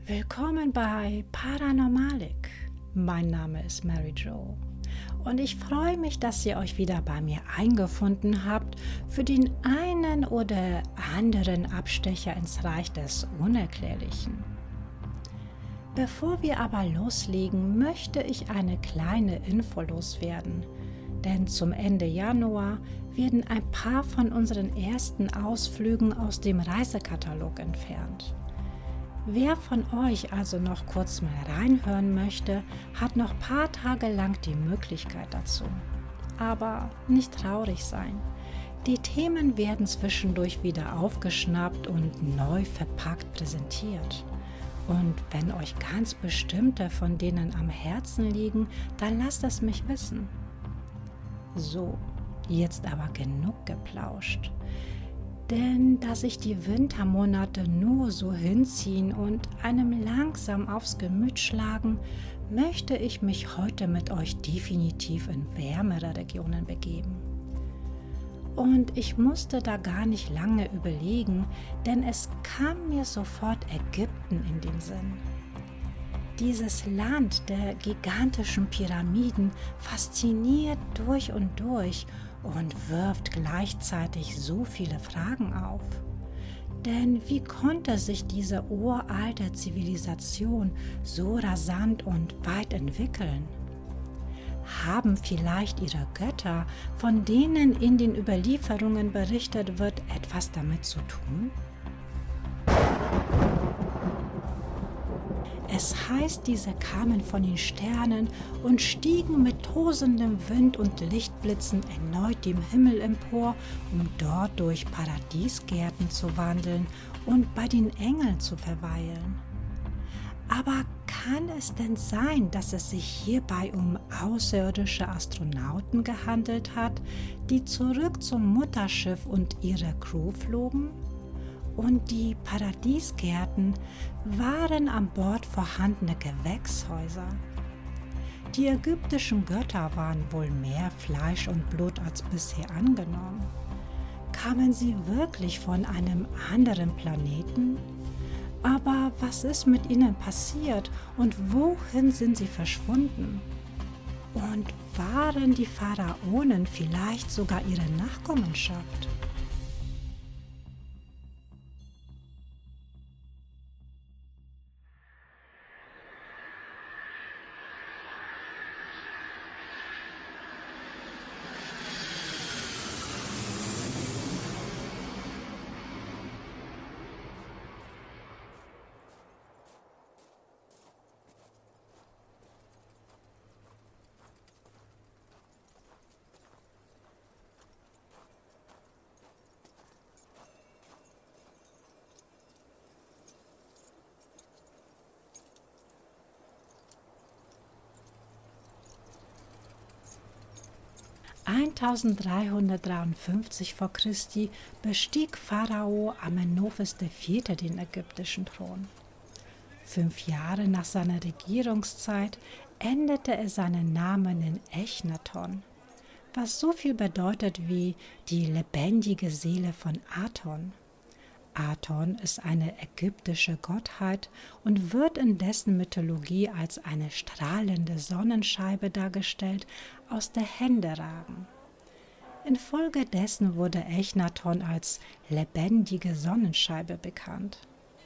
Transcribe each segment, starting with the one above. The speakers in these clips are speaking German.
Willkommen bei Paranormalik. Mein Name ist Mary Jo und ich freue mich, dass ihr euch wieder bei mir eingefunden habt für den einen oder anderen Abstecher ins Reich des Unerklärlichen. Bevor wir aber loslegen, möchte ich eine kleine Info loswerden, denn zum Ende Januar werden ein paar von unseren ersten Ausflügen aus dem Reisekatalog entfernt. Wer von euch also noch kurz mal reinhören möchte, hat noch ein paar Tage lang die Möglichkeit dazu. Aber nicht traurig sein. Die Themen werden zwischendurch wieder aufgeschnappt und neu verpackt präsentiert. Und wenn euch ganz bestimmte von denen am Herzen liegen, dann lasst es mich wissen. So, jetzt aber genug geplauscht. Denn da sich die Wintermonate nur so hinziehen und einem langsam aufs Gemüt schlagen, möchte ich mich heute mit euch definitiv in wärmere Regionen begeben. Und ich musste da gar nicht lange überlegen, denn es kam mir sofort Ägypten in den Sinn. Dieses Land der gigantischen Pyramiden fasziniert durch und durch und wirft gleichzeitig so viele Fragen auf. Denn wie konnte sich diese uralte Zivilisation so rasant und weit entwickeln? Haben vielleicht ihre Götter, von denen in den Überlieferungen berichtet wird, etwas damit zu tun? Es heißt, diese kamen von den Sternen und stiegen mit tosendem Wind und Lichtblitzen erneut dem Himmel empor, um dort durch Paradiesgärten zu wandeln und bei den Engeln zu verweilen. Aber kann es denn sein, dass es sich hierbei um außerirdische Astronauten gehandelt hat, die zurück zum Mutterschiff und ihrer Crew flogen? Und die Paradiesgärten waren an Bord vorhandene Gewächshäuser. Die ägyptischen Götter waren wohl mehr Fleisch und Blut als bisher angenommen. Kamen sie wirklich von einem anderen Planeten? Aber was ist mit ihnen passiert und wohin sind sie verschwunden? Und waren die Pharaonen vielleicht sogar ihre Nachkommenschaft? (1353 v. Chr.) bestieg Pharao Amenophes IV. Den ägyptischen Thron. 5 Jahre nach seiner Regierungszeit änderte er seinen Namen in Echnaton, was so viel bedeutet wie die lebendige Seele von Aton. Aton ist eine ägyptische Gottheit und wird in dessen Mythologie als eine strahlende Sonnenscheibe dargestellt, aus der Hände ragen. Infolgedessen wurde Echnaton als lebendige Sonnenscheibe bekannt.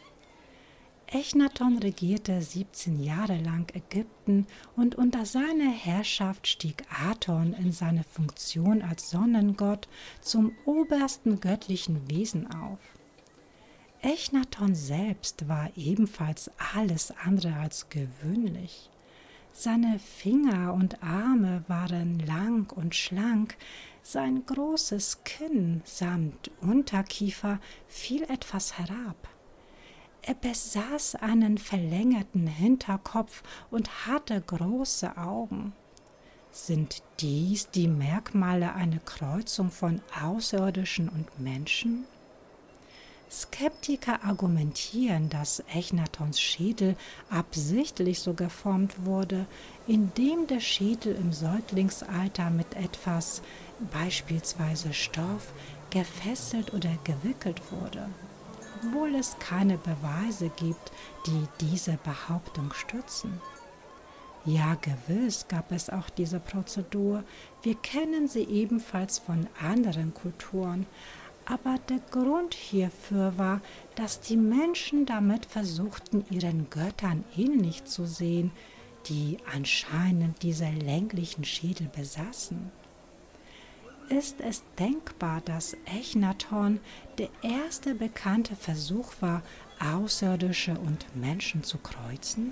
Echnaton regierte 17 Jahre lang Ägypten und unter seiner Herrschaft stieg Aton in seine Funktion als Sonnengott zum obersten göttlichen Wesen auf. Echnaton selbst war ebenfalls alles andere als gewöhnlich. Seine Finger und Arme waren lang und schlank, sein großes Kinn samt Unterkiefer fiel etwas herab. Er besaß einen verlängerten Hinterkopf und hatte große Augen. Sind dies die Merkmale einer Kreuzung von Außerirdischen und Menschen? Skeptiker argumentieren, dass Echnatons Schädel absichtlich so geformt wurde, indem der Schädel im Säuglingsalter mit etwas, beispielsweise Stoff, gefesselt oder gewickelt wurde. obwohl es keine Beweise gibt, die diese Behauptung stützen. Ja, gewiss gab es auch diese Prozedur. Wir kennen sie ebenfalls von anderen Kulturen. Aber der Grund hierfür war, dass die Menschen damit versuchten, ihren Göttern ähnlich zu sehen, die anscheinend diese länglichen Schädel besaßen. Ist es denkbar, dass Echnaton der erste bekannte Versuch war, Außerirdische und Menschen zu kreuzen?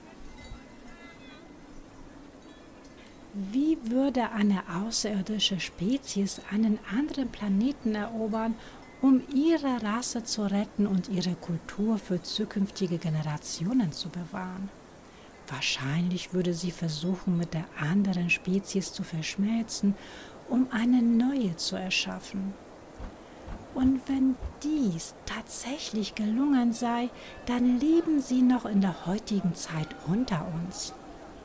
Wie würde eine außerirdische Spezies einen anderen Planeten erobern, um ihre Rasse zu retten und ihre Kultur für zukünftige Generationen zu bewahren? Wahrscheinlich würde sie versuchen, mit der anderen Spezies zu verschmelzen, um eine neue zu erschaffen. Und wenn dies tatsächlich gelungen sei, dann leben sie noch in der heutigen Zeit unter uns.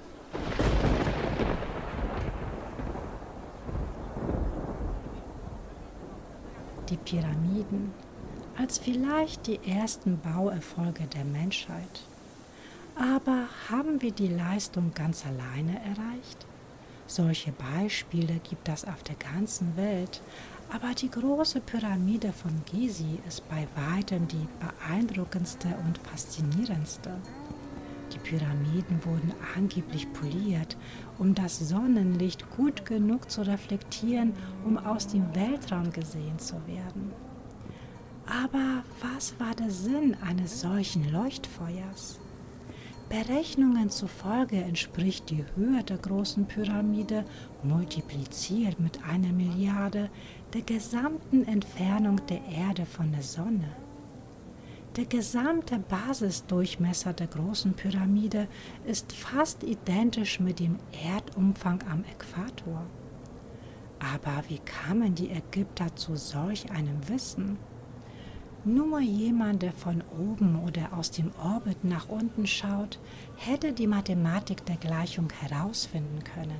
Die Pyramiden als vielleicht die ersten Bauerfolge der Menschheit. Aber haben wir die Leistung ganz alleine erreicht? Solche Beispiele gibt es auf der ganzen Welt, aber die große Pyramide von Gizi ist bei weitem die beeindruckendste und faszinierendste. Die Pyramiden wurden angeblich poliert, um das Sonnenlicht gut genug zu reflektieren, um aus dem Weltraum gesehen zu werden. Aber was war der Sinn eines solchen Leuchtfeuers? Berechnungen zufolge entspricht die Höhe der großen Pyramide multipliziert mit 1 Milliarde der gesamten Entfernung der Erde von der Sonne. Der gesamte Basisdurchmesser der großen Pyramide ist fast identisch mit dem Erdumfang am Äquator. Aber wie kamen die Ägypter zu solch einem Wissen? Nur jemand, der von oben oder aus dem Orbit nach unten schaut, hätte die Mathematik der Gleichung herausfinden können.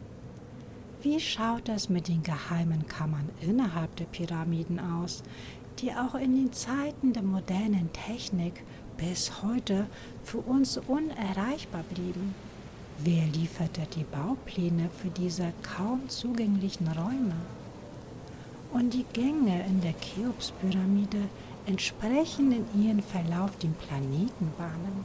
Wie schaut es mit den geheimen Kammern innerhalb der Pyramiden aus, die auch in den Zeiten der modernen Technik bis heute für uns unerreichbar blieben? Wer lieferte die Baupläne für diese kaum zugänglichen Räume? Und die Gänge in der Cheops-Pyramide entsprechen in ihrem Verlauf den Planetenbahnen.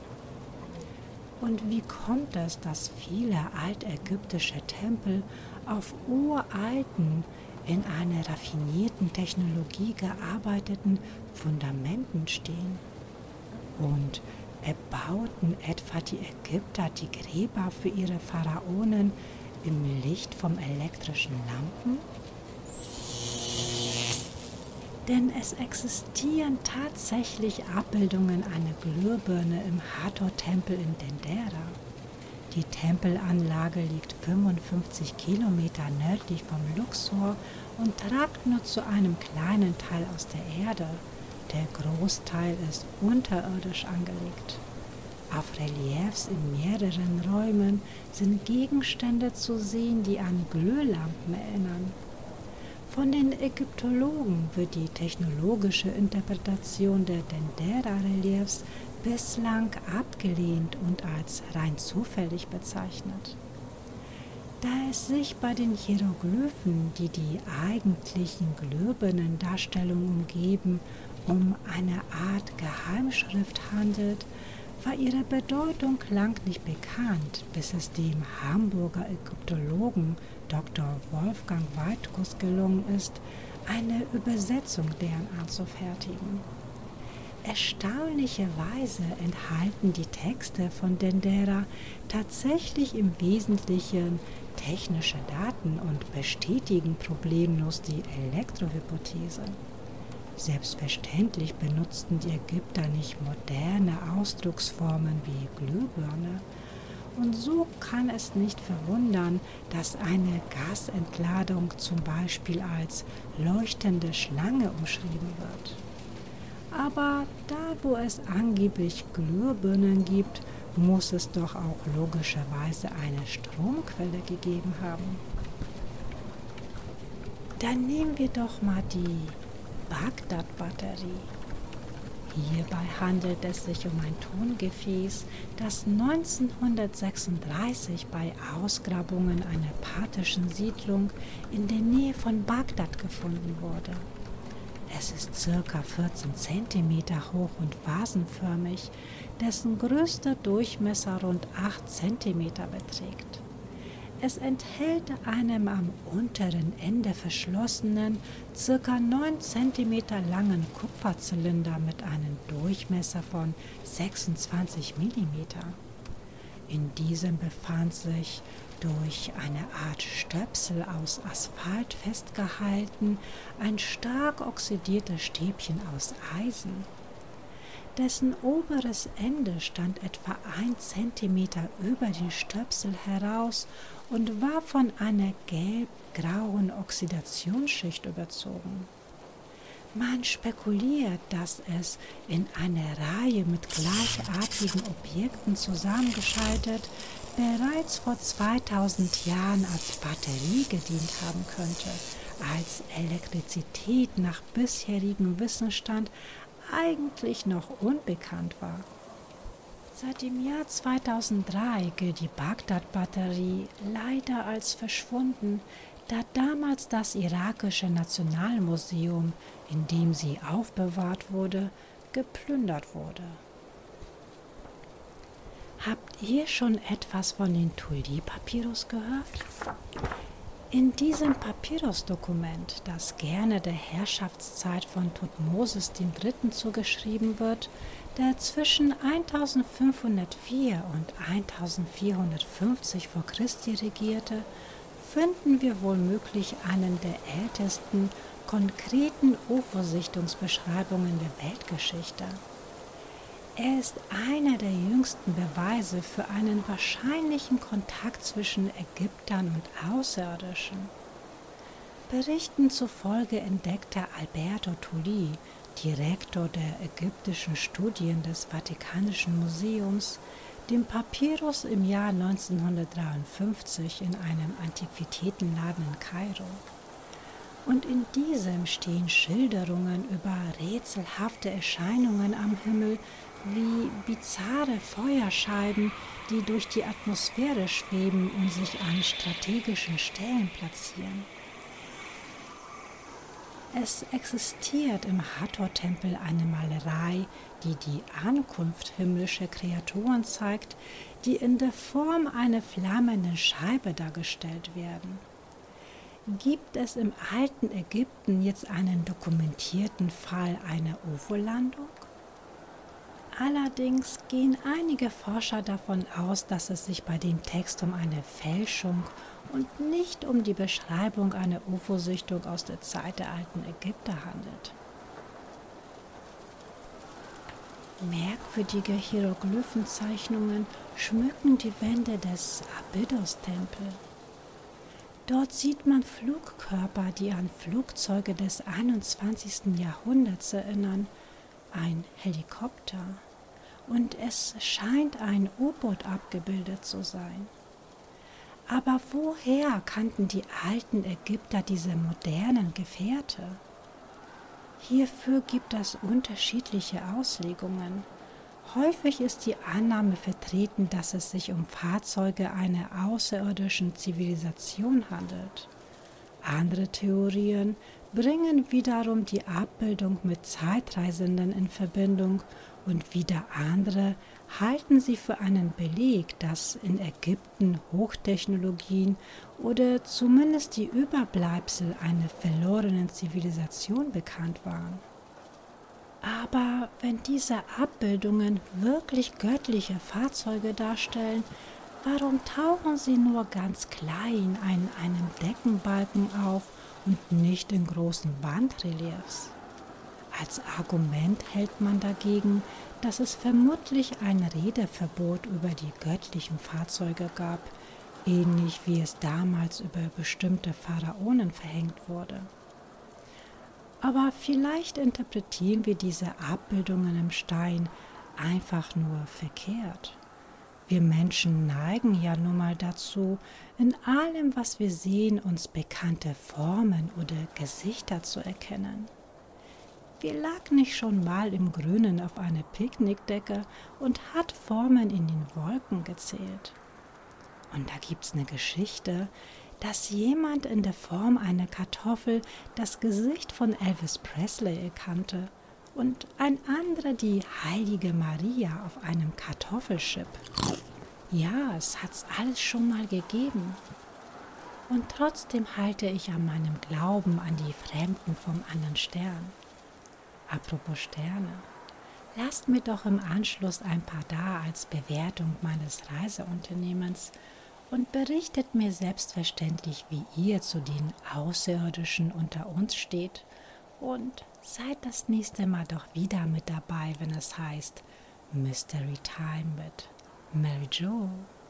Und wie kommt es, dass viele altägyptische Tempel auf uralten, in einer raffinierten Technologie gearbeiteten Fundamenten stehen? Und erbauten etwa die Ägypter die Gräber für ihre Pharaonen im Licht von elektrischen Lampen? Denn es existieren tatsächlich Abbildungen einer Glühbirne im Hathor-Tempel in Dendera. Die Tempelanlage liegt 55 Kilometer nördlich vom Luxor und ragt nur zu einem kleinen Teil aus der Erde. Der Großteil ist unterirdisch angelegt. Auf Reliefs in mehreren Räumen sind Gegenstände zu sehen, die an Glühlampen erinnern. Von den Ägyptologen wird die technologische Interpretation der Dendera-Reliefs bislang abgelehnt und als rein zufällig bezeichnet. Da es sich bei den Hieroglyphen, die die eigentlichen Glühbirnendarstellungen umgeben, um eine Art Geheimschrift handelt, war ihre Bedeutung lang nicht bekannt, bis es dem Hamburger Ägyptologen Dr. Wolfgang Weitkus gelungen ist, eine Übersetzung deren anzufertigen. Erstaunlicherweise enthalten die Texte von Dendera tatsächlich im Wesentlichen technische Daten und bestätigen problemlos die Elektrohypothese. Selbstverständlich benutzten die Ägypter nicht moderne Ausdrucksformen wie Glühbirne, und so kann es nicht verwundern, dass eine Gasentladung zum Beispiel als leuchtende Schlange umschrieben wird. Aber da, wo es angeblich Glühbirnen gibt, muss es doch auch logischerweise eine Stromquelle gegeben haben. Dann nehmen wir doch mal die Bagdad-Batterie. Hierbei handelt es sich um ein Tongefäß, das 1936 bei Ausgrabungen einer parthischen Siedlung in der Nähe von Bagdad gefunden wurde. Es ist ca. 14 cm hoch und vasenförmig, dessen größter Durchmesser rund 8 cm beträgt. Es enthält einen am unteren Ende verschlossenen, ca. 9 cm langen Kupferzylinder mit einem Durchmesser von 26 mm. In diesem befand sich durch eine Art Stöpsel aus Asphalt festgehalten ein stark oxidiertes Stäbchen aus Eisen. Dessen oberes Ende stand etwa 1 Zentimeter über den Stöpsel heraus und war von einer gelb-grauen Oxidationsschicht überzogen. Man spekuliert, dass es in einer Reihe mit gleichartigen Objekten zusammengeschaltet bereits vor 2000 Jahren als Batterie gedient haben könnte, als Elektrizität nach bisherigem Wissensstand eigentlich noch unbekannt war. Seit dem Jahr 2003 gilt die Bagdad-Batterie leider als verschwunden, da damals das irakische Nationalmuseum, in dem sie aufbewahrt wurde, geplündert wurde. Habt ihr schon etwas von den Tuli-Papyrus gehört? In diesem Papyrusdokument, das gerne der Herrschaftszeit von Thutmosis III. Zugeschrieben wird, der zwischen 1504 und 1450 vor Christi regierte, finden wir womöglich einen der ältesten konkreten UFO-Sichtungsbeschreibungen der Weltgeschichte. Er ist einer der jüngsten Beweise für einen wahrscheinlichen Kontakt zwischen Ägyptern und Außerirdischen. Berichten zufolge entdeckte Alberto Tulli, Direktor der ägyptischen Studien des Vatikanischen Museums, den Papyrus im Jahr 1953 in einem Antiquitätenladen in Kairo. Und in diesem stehen Schilderungen über rätselhafte Erscheinungen am Himmel wie bizarre Feuerscheiben, die durch die Atmosphäre schweben und sich an strategischen Stellen platzieren. Es existiert im Hathor-Tempel eine Malerei, die die Ankunft himmlischer Kreaturen zeigt, die in der Form einer flammenden Scheibe dargestellt werden. Gibt es im alten Ägypten jetzt einen dokumentierten Fall einer UFO-Landung? Allerdings gehen einige Forscher davon aus, dass es sich bei dem Text um eine Fälschung und nicht um die Beschreibung einer UFO-Sichtung aus der Zeit der alten Ägypter handelt. Merkwürdige Hieroglyphenzeichnungen schmücken die Wände des Abydos-Tempels. Dort sieht man Flugkörper, die an Flugzeuge des 21. Jahrhunderts erinnern, ein Helikopter, und es scheint ein U-Boot abgebildet zu sein. Aber woher kannten die alten Ägypter diese modernen Gefährte? Hierfür gibt es unterschiedliche Auslegungen. Häufig ist die Annahme vertreten, dass es sich um Fahrzeuge einer außerirdischen Zivilisation handelt. Andere Theorien bringen wiederum die Abbildung mit Zeitreisenden in Verbindung und wieder andere halten sie für einen Beleg, dass in Ägypten Hochtechnologien oder zumindest die Überbleibsel einer verlorenen Zivilisation bekannt waren. Aber wenn diese Abbildungen wirklich göttliche Fahrzeuge darstellen, warum tauchen sie nur ganz klein an einem Deckenbalken auf und nicht in großen Wandreliefs? Als Argument hält man dagegen, dass es vermutlich ein Redeverbot über die göttlichen Fahrzeuge gab, ähnlich wie es damals über bestimmte Pharaonen verhängt wurde. Aber vielleicht interpretieren wir diese Abbildungen im Stein einfach nur verkehrt. Wir Menschen neigen ja nun mal dazu, in allem, was wir sehen, uns bekannte Formen oder Gesichter zu erkennen. Wir lag nicht schon mal im Grünen auf einer Picknickdecke und hat Formen in den Wolken gezählt. Und da gibt's eine Geschichte, dass jemand in der Form einer Kartoffel das Gesicht von Elvis Presley erkannte und ein anderer die heilige Maria auf einem Kartoffelchip. Ja, es hat's alles schon mal gegeben. Und trotzdem halte ich an meinem Glauben an die Fremden vom anderen Stern. Apropos Sterne, lasst mir doch im Anschluss ein paar da als Bewertung meines Reiseunternehmens und berichtet mir selbstverständlich, wie ihr zu den Außerirdischen unter uns steht und seid das nächste Mal doch wieder mit dabei, wenn es heißt Mystery Time mit Mary Jo.